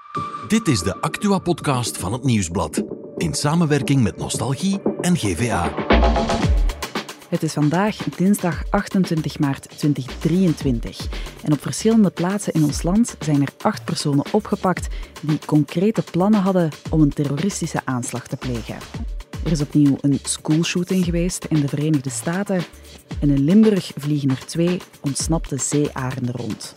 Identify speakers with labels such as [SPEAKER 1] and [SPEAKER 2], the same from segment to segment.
[SPEAKER 1] Dit is de Actua-podcast van het Nieuwsblad. In samenwerking met Nostalgie en GVA.
[SPEAKER 2] Het is vandaag dinsdag 28 maart 2023. En op verschillende plaatsen in ons land zijn er 8 personen opgepakt die concrete plannen hadden om een terroristische aanslag te plegen. Er is opnieuw een schoolshooting geweest in de Verenigde Staten. En in Limburg vliegen er 2 ontsnapte zeearenden rond.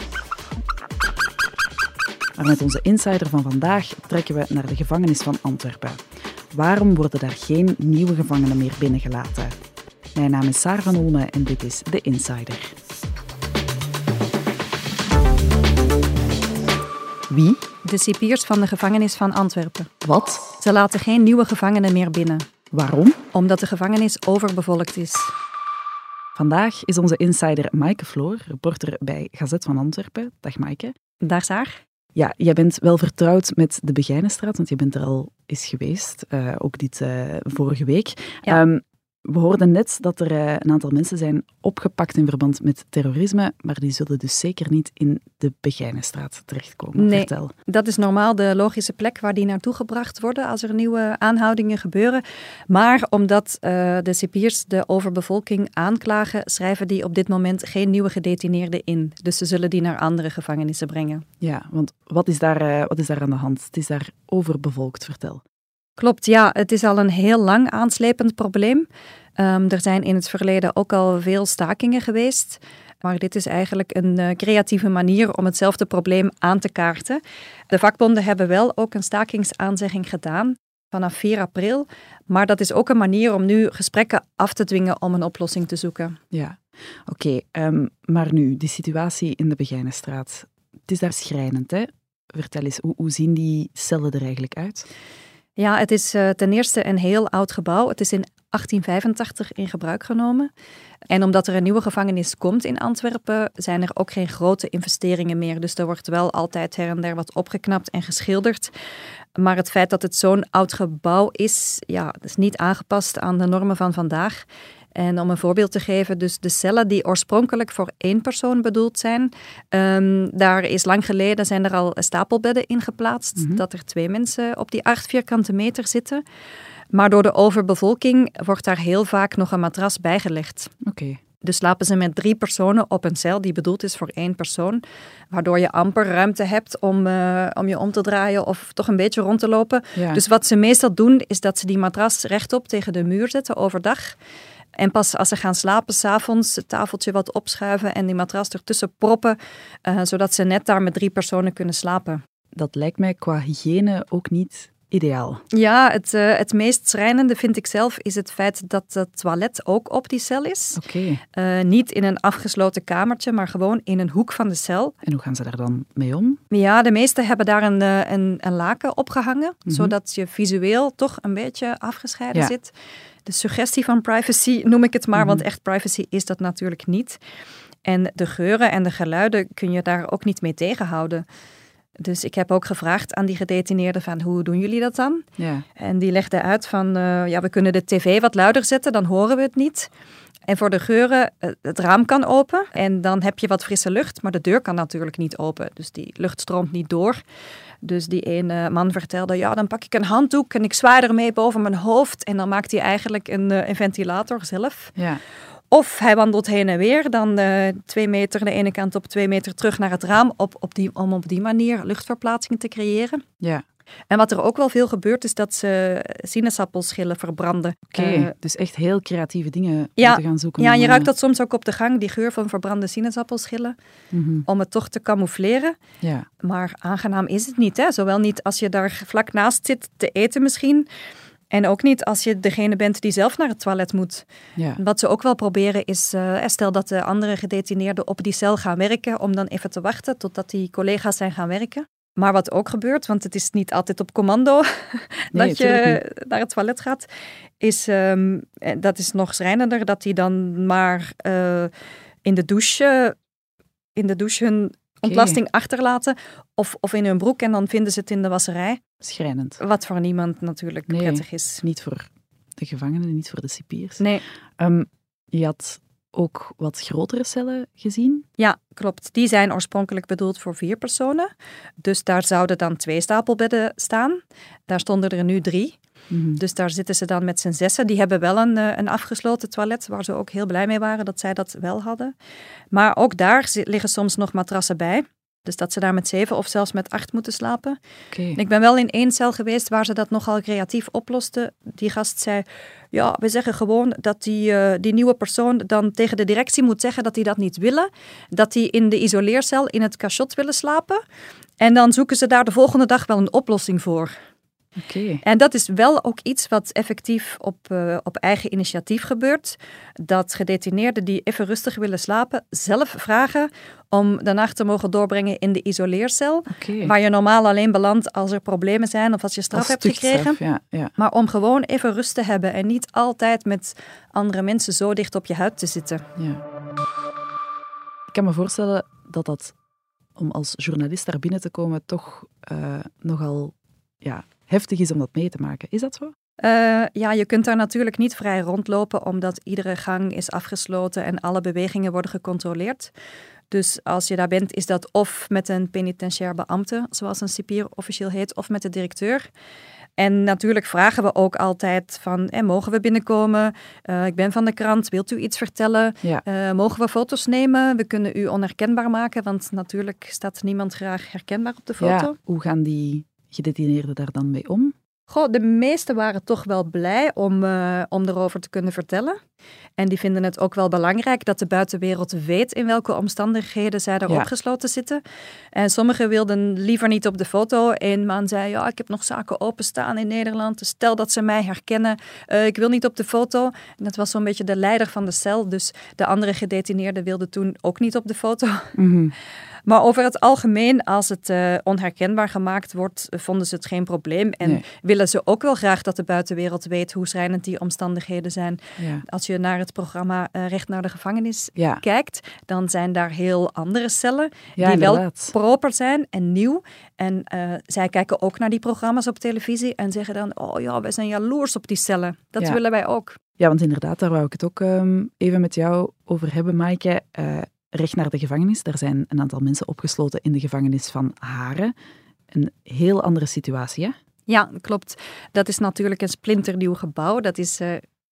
[SPEAKER 2] Maar met onze insider van vandaag trekken we naar de gevangenis van Antwerpen. Waarom worden daar geen nieuwe gevangenen meer binnengelaten? Mijn naam is Saar van Olme en dit is The Insider. Wie?
[SPEAKER 3] De cipiers van de gevangenis van Antwerpen.
[SPEAKER 2] Wat?
[SPEAKER 3] Ze laten geen nieuwe gevangenen meer binnen.
[SPEAKER 2] Waarom?
[SPEAKER 3] Omdat de gevangenis overbevolkt is.
[SPEAKER 2] Vandaag is onze insider Maaike Floor, reporter bij Gazet van Antwerpen. Dag Maaike.
[SPEAKER 3] Daar Saar.
[SPEAKER 2] Ja, jij bent wel vertrouwd met de Begijnenstraat, want je bent er al eens geweest, ook dit vorige week.
[SPEAKER 3] Ja.
[SPEAKER 2] We hoorden net dat er een aantal mensen zijn opgepakt in verband met terrorisme, maar die zullen dus zeker niet in de Begijnenstraat terechtkomen.
[SPEAKER 3] Nee,
[SPEAKER 2] Vertel.
[SPEAKER 3] dat is normaal de logische plek waar die naartoe gebracht worden als er nieuwe aanhoudingen gebeuren. Maar omdat de cipiers de overbevolking aanklagen, schrijven die op dit moment geen nieuwe gedetineerden in. Dus ze zullen die naar andere gevangenissen brengen.
[SPEAKER 2] Ja, want wat is daar aan de hand? Het is daar overbevolkt, vertel.
[SPEAKER 3] Klopt, ja. Het is al een heel lang aanslepend probleem. Er zijn in het verleden ook al veel stakingen geweest. Maar dit is eigenlijk een creatieve manier om hetzelfde probleem aan te kaarten. De vakbonden hebben wel ook een stakingsaanzegging gedaan vanaf 4 april. Maar dat is ook een manier om nu gesprekken af te dwingen om een oplossing te zoeken.
[SPEAKER 2] Ja, oké. Maar nu, die situatie in de Begijnenstraat. Het is daar schrijnend, hè? Vertel eens, hoe zien die cellen er eigenlijk uit?
[SPEAKER 3] Ja, het is ten eerste een heel oud gebouw. Het is in 1885 in gebruik genomen. En omdat er een nieuwe gevangenis komt in Antwerpen, zijn er ook geen grote investeringen meer. Dus er wordt wel altijd her en der wat opgeknapt en geschilderd. Maar het feit dat het zo'n oud gebouw is, ja, dat is niet aangepast aan de normen van vandaag. En om een voorbeeld te geven, dus de cellen die oorspronkelijk voor 1 persoon bedoeld zijn, daar is lang geleden zijn er al stapelbedden in geplaatst, dat er 2 mensen op die 8 vierkante meter zitten. Maar door de overbevolking wordt daar heel vaak nog een matras bijgelegd.
[SPEAKER 2] Oké.
[SPEAKER 3] Dus slapen ze met 3 personen op een cel die bedoeld is voor 1 persoon, waardoor je amper ruimte hebt om je om te draaien of toch een beetje rond te lopen.
[SPEAKER 2] Ja.
[SPEAKER 3] Dus wat ze meestal doen, is dat ze die matras rechtop tegen de muur zetten overdag. En pas als ze gaan slapen, 's avonds het tafeltje wat opschuiven en die matras ertussen proppen, zodat ze net daar met 3 personen kunnen slapen.
[SPEAKER 2] Dat lijkt mij qua hygiëne ook niet ideaal.
[SPEAKER 3] Ja, het meest schrijnende vind ik zelf is het feit dat het toilet ook op die cel is.
[SPEAKER 2] Oké.
[SPEAKER 3] Niet in een afgesloten kamertje, maar gewoon in een hoek van de cel.
[SPEAKER 2] En hoe gaan ze daar dan mee om?
[SPEAKER 3] Ja, de meesten hebben daar een laken opgehangen, zodat je visueel toch een beetje afgescheiden zit. De suggestie van privacy noem ik het maar, want echt privacy is dat natuurlijk niet. En de geuren en de geluiden kun je daar ook niet mee tegenhouden. Dus ik heb ook gevraagd aan die gedetineerden van hoe doen jullie dat dan?
[SPEAKER 2] Ja.
[SPEAKER 3] En die legden uit van we kunnen de tv wat luider zetten, dan horen we het niet. En voor de geuren, het raam kan open en dan heb je wat frisse lucht, maar de deur kan natuurlijk niet open. Dus die lucht stroomt niet door. Dus die ene man vertelde, ja, dan pak ik een handdoek en ik zwaai ermee boven mijn hoofd. En dan maakt hij eigenlijk een ventilator zelf.
[SPEAKER 2] Ja.
[SPEAKER 3] Of hij wandelt heen en weer, dan 2 meter de ene kant op, 2 meter terug naar het raam, om op die manier luchtverplaatsing te creëren.
[SPEAKER 2] Ja.
[SPEAKER 3] En wat er ook wel veel gebeurt, is dat ze sinaasappelschillen verbranden.
[SPEAKER 2] Oké, dus echt heel creatieve dingen
[SPEAKER 3] Ja,
[SPEAKER 2] moeten gaan zoeken.
[SPEAKER 3] ja,
[SPEAKER 2] om,
[SPEAKER 3] je ruikt dat soms ook op de gang, die geur van verbrande sinaasappelschillen, om het toch te camoufleren.
[SPEAKER 2] Ja.
[SPEAKER 3] Maar aangenaam is het niet, hè? Zowel niet als je daar vlak naast zit te eten misschien, en ook niet als je degene bent die zelf naar het toilet moet.
[SPEAKER 2] Ja.
[SPEAKER 3] Wat ze ook wel proberen is, stel dat de andere gedetineerden op die cel gaan werken, om dan even te wachten totdat die collega's zijn gaan werken. Maar wat ook gebeurt, want het is niet altijd op commando dat je naar het toilet gaat, is, dat is nog schrijnender, dat die dan maar in de douche hun ontlasting achterlaten of in hun broek en dan vinden ze het in de wasserij.
[SPEAKER 2] Schrijnend.
[SPEAKER 3] Wat voor niemand natuurlijk prettig is.
[SPEAKER 2] Niet voor de gevangenen, niet voor de cipiers.
[SPEAKER 3] Nee.
[SPEAKER 2] Je had ook wat grotere cellen gezien?
[SPEAKER 3] Ja, klopt. Die zijn oorspronkelijk bedoeld voor 4 personen. Dus daar zouden dan 2 stapelbedden staan. Daar stonden er nu 3. Mm-hmm. Dus daar zitten ze dan met z'n 6. Die hebben wel een afgesloten toilet, waar ze ook heel blij mee waren dat zij dat wel hadden. Maar ook daar liggen soms nog matrassen bij. Dus dat ze daar met 7 of zelfs met 8 moeten slapen.
[SPEAKER 2] Okay.
[SPEAKER 3] Ik ben wel in 1 cel geweest waar ze dat nogal creatief oplosten. Die gast zei, ja, we zeggen gewoon dat die nieuwe persoon dan tegen de directie moet zeggen dat die dat niet willen. Dat die in de isoleercel in het cachot willen slapen. En dan zoeken ze daar de volgende dag wel een oplossing voor.
[SPEAKER 2] Okay.
[SPEAKER 3] En dat is wel ook iets wat effectief op eigen initiatief gebeurt. Dat gedetineerden die even rustig willen slapen zelf vragen om de nacht te mogen doorbrengen in de isoleercel.
[SPEAKER 2] Okay.
[SPEAKER 3] Waar je normaal alleen belandt als er problemen zijn of als je straf hebt gekregen.
[SPEAKER 2] Ja.
[SPEAKER 3] Maar om gewoon even rust te hebben en niet altijd met andere mensen zo dicht op je huid te zitten.
[SPEAKER 2] Ja. Ik kan me voorstellen dat om als journalist daar binnen te komen toch nogal heftig is om dat mee te maken. Is dat zo?
[SPEAKER 3] Ja, je kunt daar natuurlijk niet vrij rondlopen, omdat iedere gang is afgesloten en alle bewegingen worden gecontroleerd. Dus als je daar bent, is dat of met een penitentiair beambte, zoals een cipier officieel heet, of met de directeur. En natuurlijk vragen we ook altijd van, mogen we binnenkomen? Ik ben van de krant, wilt u iets vertellen?
[SPEAKER 2] Ja.
[SPEAKER 3] Mogen we foto's nemen? We kunnen u onherkenbaar maken, want natuurlijk staat niemand graag herkenbaar op de foto.
[SPEAKER 2] Ja, hoe gaan die gedetineerden daar dan mee om?
[SPEAKER 3] Goh, de meesten waren toch wel blij om erover te kunnen vertellen. En die vinden het ook wel belangrijk dat de buitenwereld weet in welke omstandigheden zij daar opgesloten zitten. En sommigen wilden liever niet op de foto. Een man zei, ja, ik heb nog zaken openstaan in Nederland. Dus stel dat ze mij herkennen, ik wil niet op de foto. En dat was zo'n beetje de leider van de cel. Dus de andere gedetineerden wilden toen ook niet op de foto.
[SPEAKER 2] Mm-hmm.
[SPEAKER 3] Maar over het algemeen, als het onherkenbaar gemaakt wordt, vonden ze het geen probleem. En willen ze ook wel graag dat de buitenwereld weet hoe schrijnend die omstandigheden zijn.
[SPEAKER 2] Ja.
[SPEAKER 3] Als je naar het programma Recht naar de gevangenis kijkt, dan zijn daar heel andere cellen die
[SPEAKER 2] inderdaad
[SPEAKER 3] wel proper zijn en nieuw. En zij kijken ook naar die programma's op televisie en zeggen dan, oh ja, wij zijn jaloers op die cellen. Dat willen wij ook.
[SPEAKER 2] Ja, want inderdaad, daar wou ik het ook even met jou over hebben, Maaike. Recht naar de gevangenis. Daar zijn een aantal mensen opgesloten in de gevangenis van Haren. Een heel andere situatie, hè?
[SPEAKER 3] Ja, klopt. Dat is natuurlijk een splinternieuw gebouw. Dat is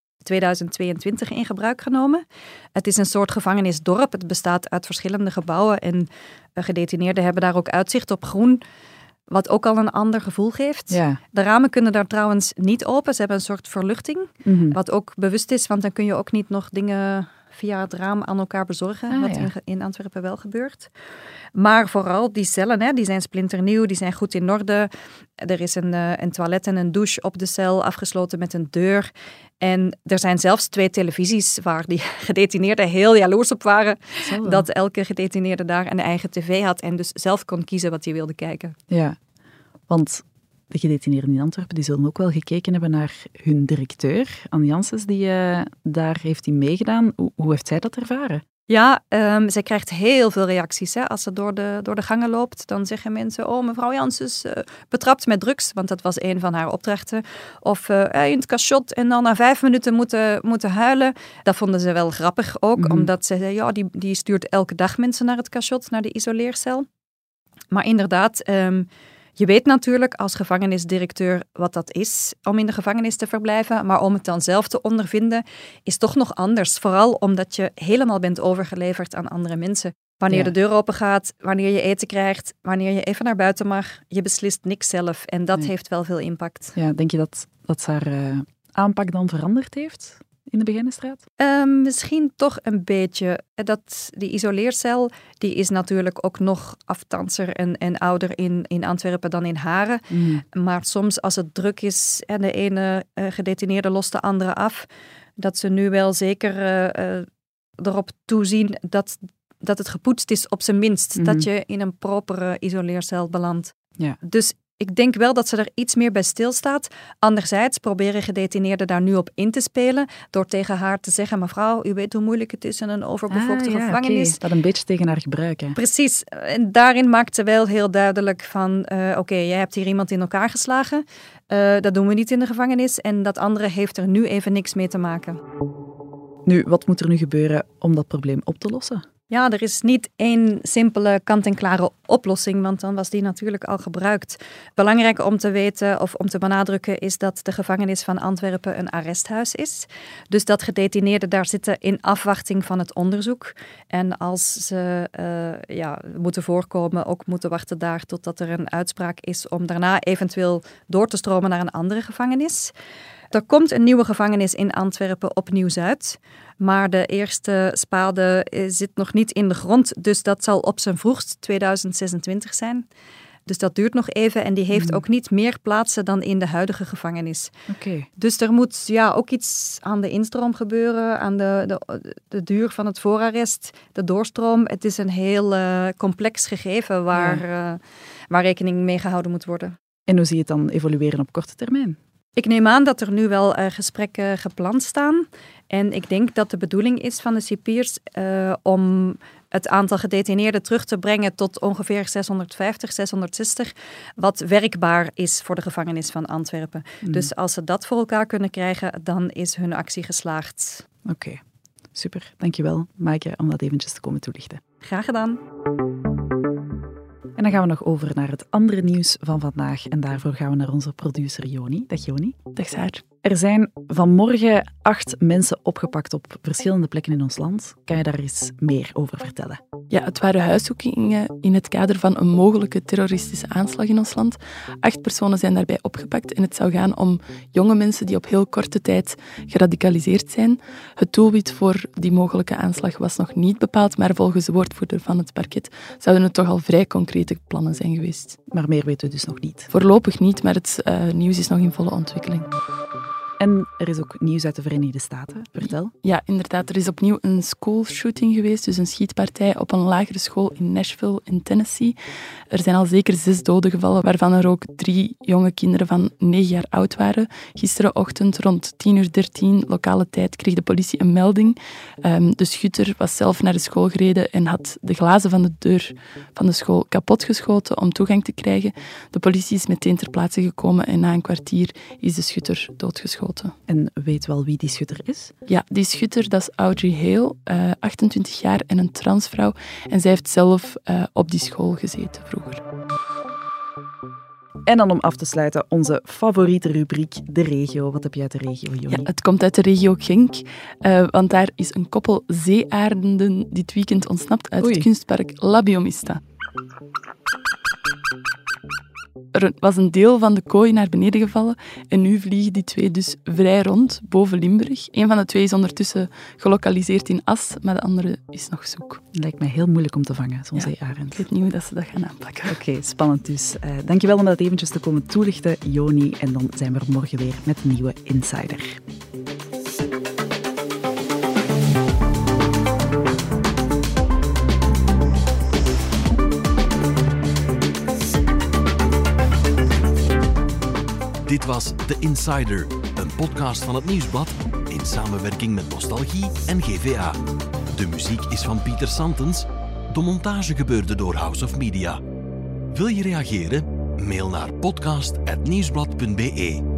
[SPEAKER 3] 2022 in gebruik genomen. Het is een soort gevangenisdorp. Het bestaat uit verschillende gebouwen en gedetineerden hebben daar ook uitzicht op groen, wat ook al een ander gevoel geeft.
[SPEAKER 2] Ja.
[SPEAKER 3] De ramen kunnen daar trouwens niet open. Ze hebben een soort verluchting, wat ook bewust is, want dan kun je ook niet nog dingen via het raam aan elkaar bezorgen, wat in Antwerpen wel gebeurt. Maar vooral die cellen, die zijn splinternieuw, die zijn goed in orde. Er is een toilet en een douche op de cel, afgesloten met een deur. En er zijn zelfs 2 televisies waar die gedetineerden heel jaloers op waren. Dat elke gedetineerde daar een eigen tv had en dus zelf kon kiezen wat hij wilde kijken.
[SPEAKER 2] Ja, want de gedetineerden in Antwerpen die zullen ook wel gekeken hebben naar hun directeur, Anne Janssens, daar heeft hij meegedaan. Hoe heeft zij dat ervaren?
[SPEAKER 3] Ja, zij krijgt heel veel reacties. Hè. Als ze door de gangen loopt, dan zeggen mensen, oh, mevrouw Janssens, betrapt met drugs, want dat was een van haar opdrachten. Of in het cachot en dan na 5 minuten moeten huilen. Dat vonden ze wel grappig ook, omdat ze zei, ja, die stuurt elke dag mensen naar het cachot, naar de isoleercel. Maar inderdaad, je weet natuurlijk als gevangenisdirecteur wat dat is om in de gevangenis te verblijven, maar om het dan zelf te ondervinden is toch nog anders. Vooral omdat je helemaal bent overgeleverd aan andere mensen. Wanneer de deur open gaat, wanneer je eten krijgt, wanneer je even naar buiten mag, je beslist niks zelf en dat heeft wel veel impact.
[SPEAKER 2] Ja, denk je dat haar aanpak dan veranderd heeft in de Begijnenstraat?
[SPEAKER 3] Misschien toch een beetje. Die isoleercel die is natuurlijk ook nog aftanser en ouder in Antwerpen dan in Haren. Maar soms als het druk is en de ene gedetineerde lost de andere af, dat ze nu wel zeker erop toezien dat het gepoetst is op zijn minst. Dat je in een propere isoleercel belandt.
[SPEAKER 2] Ja.
[SPEAKER 3] Dus ik denk wel dat ze er iets meer bij stilstaat. Anderzijds proberen gedetineerden daar nu op in te spelen door tegen haar te zeggen, mevrouw, u weet hoe moeilijk het is in een overbevolkte gevangenis.
[SPEAKER 2] Okay. Dat een beetje tegen haar gebruiken.
[SPEAKER 3] Precies. En daarin maakt ze wel heel duidelijk van, oké, jij hebt hier iemand in elkaar geslagen. Dat doen we niet in de gevangenis. En dat andere heeft er nu even niks mee te maken.
[SPEAKER 2] Nu, wat moet er nu gebeuren om dat probleem op te lossen?
[SPEAKER 3] Ja, er is niet één simpele kant-en-klare oplossing, want dan was die natuurlijk al gebruikt. Belangrijk om te weten of om te benadrukken is dat de gevangenis van Antwerpen een arresthuis is. Dus dat gedetineerden daar zitten in afwachting van het onderzoek. En als ze moeten voorkomen, ook moeten wachten daar totdat er een uitspraak is om daarna eventueel door te stromen naar een andere gevangenis. Er komt een nieuwe gevangenis in Antwerpen op Nieuw-Zuid, maar de eerste spade zit nog niet in de grond, dus dat zal op zijn vroegst 2026 zijn. Dus dat duurt nog even en die heeft ook niet meer plaatsen dan in de huidige gevangenis.
[SPEAKER 2] Okay.
[SPEAKER 3] Dus er moet ook iets aan de instroom gebeuren, aan de duur van het voorarrest, de doorstroom. Het is een heel complex gegeven waar rekening mee gehouden moet worden.
[SPEAKER 2] En hoe zie je het dan evolueren op korte termijn?
[SPEAKER 3] Ik neem aan dat er nu wel gesprekken gepland staan. En ik denk dat de bedoeling is van de cipiers om het aantal gedetineerden terug te brengen tot ongeveer 650, 660, wat werkbaar is voor de gevangenis van Antwerpen. Dus als ze dat voor elkaar kunnen krijgen, dan is hun actie geslaagd.
[SPEAKER 2] Oké, super. Dankjewel, Maaike, om dat eventjes te komen toelichten.
[SPEAKER 3] Graag gedaan.
[SPEAKER 2] En dan gaan we nog over naar het andere nieuws van vandaag. En daarvoor gaan we naar onze producer Joni. Dag Joni.
[SPEAKER 4] Dag Saar.
[SPEAKER 2] Er zijn vanmorgen 8 mensen opgepakt op verschillende plekken in ons land. Kan je daar eens meer over vertellen?
[SPEAKER 4] Ja, het waren huiszoekingen in het kader van een mogelijke terroristische aanslag in ons land. 8 personen zijn daarbij opgepakt en het zou gaan om jonge mensen die op heel korte tijd geradicaliseerd zijn. Het doelwit voor die mogelijke aanslag was nog niet bepaald, maar volgens de woordvoerder van het parket zouden het toch al vrij concrete plannen zijn geweest.
[SPEAKER 2] Maar meer weten we dus nog niet?
[SPEAKER 4] Voorlopig niet, maar het nieuws is nog in volle ontwikkeling.
[SPEAKER 2] En er is ook nieuws uit de Verenigde Staten. Vertel.
[SPEAKER 4] Ja, inderdaad. Er is opnieuw een schoolshooting geweest, dus een schietpartij op een lagere school in Nashville in Tennessee. Er zijn al zeker 6 doden gevallen, waarvan er ook 3 jonge kinderen van 9 jaar oud waren. Gisterenochtend rond 10:13 lokale tijd kreeg de politie een melding. De schutter was zelf naar de school gereden en had de glazen van de deur van de school kapotgeschoten om toegang te krijgen. De politie is meteen ter plaatse gekomen en na een kwartier is de schutter doodgeschoten.
[SPEAKER 2] En weet wel wie die schutter is?
[SPEAKER 4] Ja, die schutter, dat is Audrey Hale, 28 jaar en een transvrouw. En zij heeft zelf op die school gezeten vroeger.
[SPEAKER 2] En dan om af te sluiten, onze favoriete rubriek, de regio. Wat heb je uit de regio, Joni?
[SPEAKER 4] Ja, het komt uit de regio Genk, want daar is een koppel zeearenden dit weekend ontsnapt uit het kunstpark La Biomista. Er was een deel van de kooi naar beneden gevallen en nu vliegen die 2 dus vrij rond boven Limburg. Een van de 2 is ondertussen gelokaliseerd in As, maar de andere is nog zoek.
[SPEAKER 2] Het lijkt mij heel moeilijk om te vangen, zo'n zeearend.
[SPEAKER 4] Ik weet niet hoe dat ze dat gaan aanpakken.
[SPEAKER 2] Oké, spannend dus. Dankjewel om dat eventjes te komen toelichten, Joni. En dan zijn we er morgen weer met een nieuwe Insider.
[SPEAKER 1] Dit was The Insider, een podcast van het Nieuwsblad in samenwerking met Nostalgie en GVA. De muziek is van Pieter Santens. De montage gebeurde door House of Media. Wil je reageren? Mail naar podcast@nieuwsblad.be.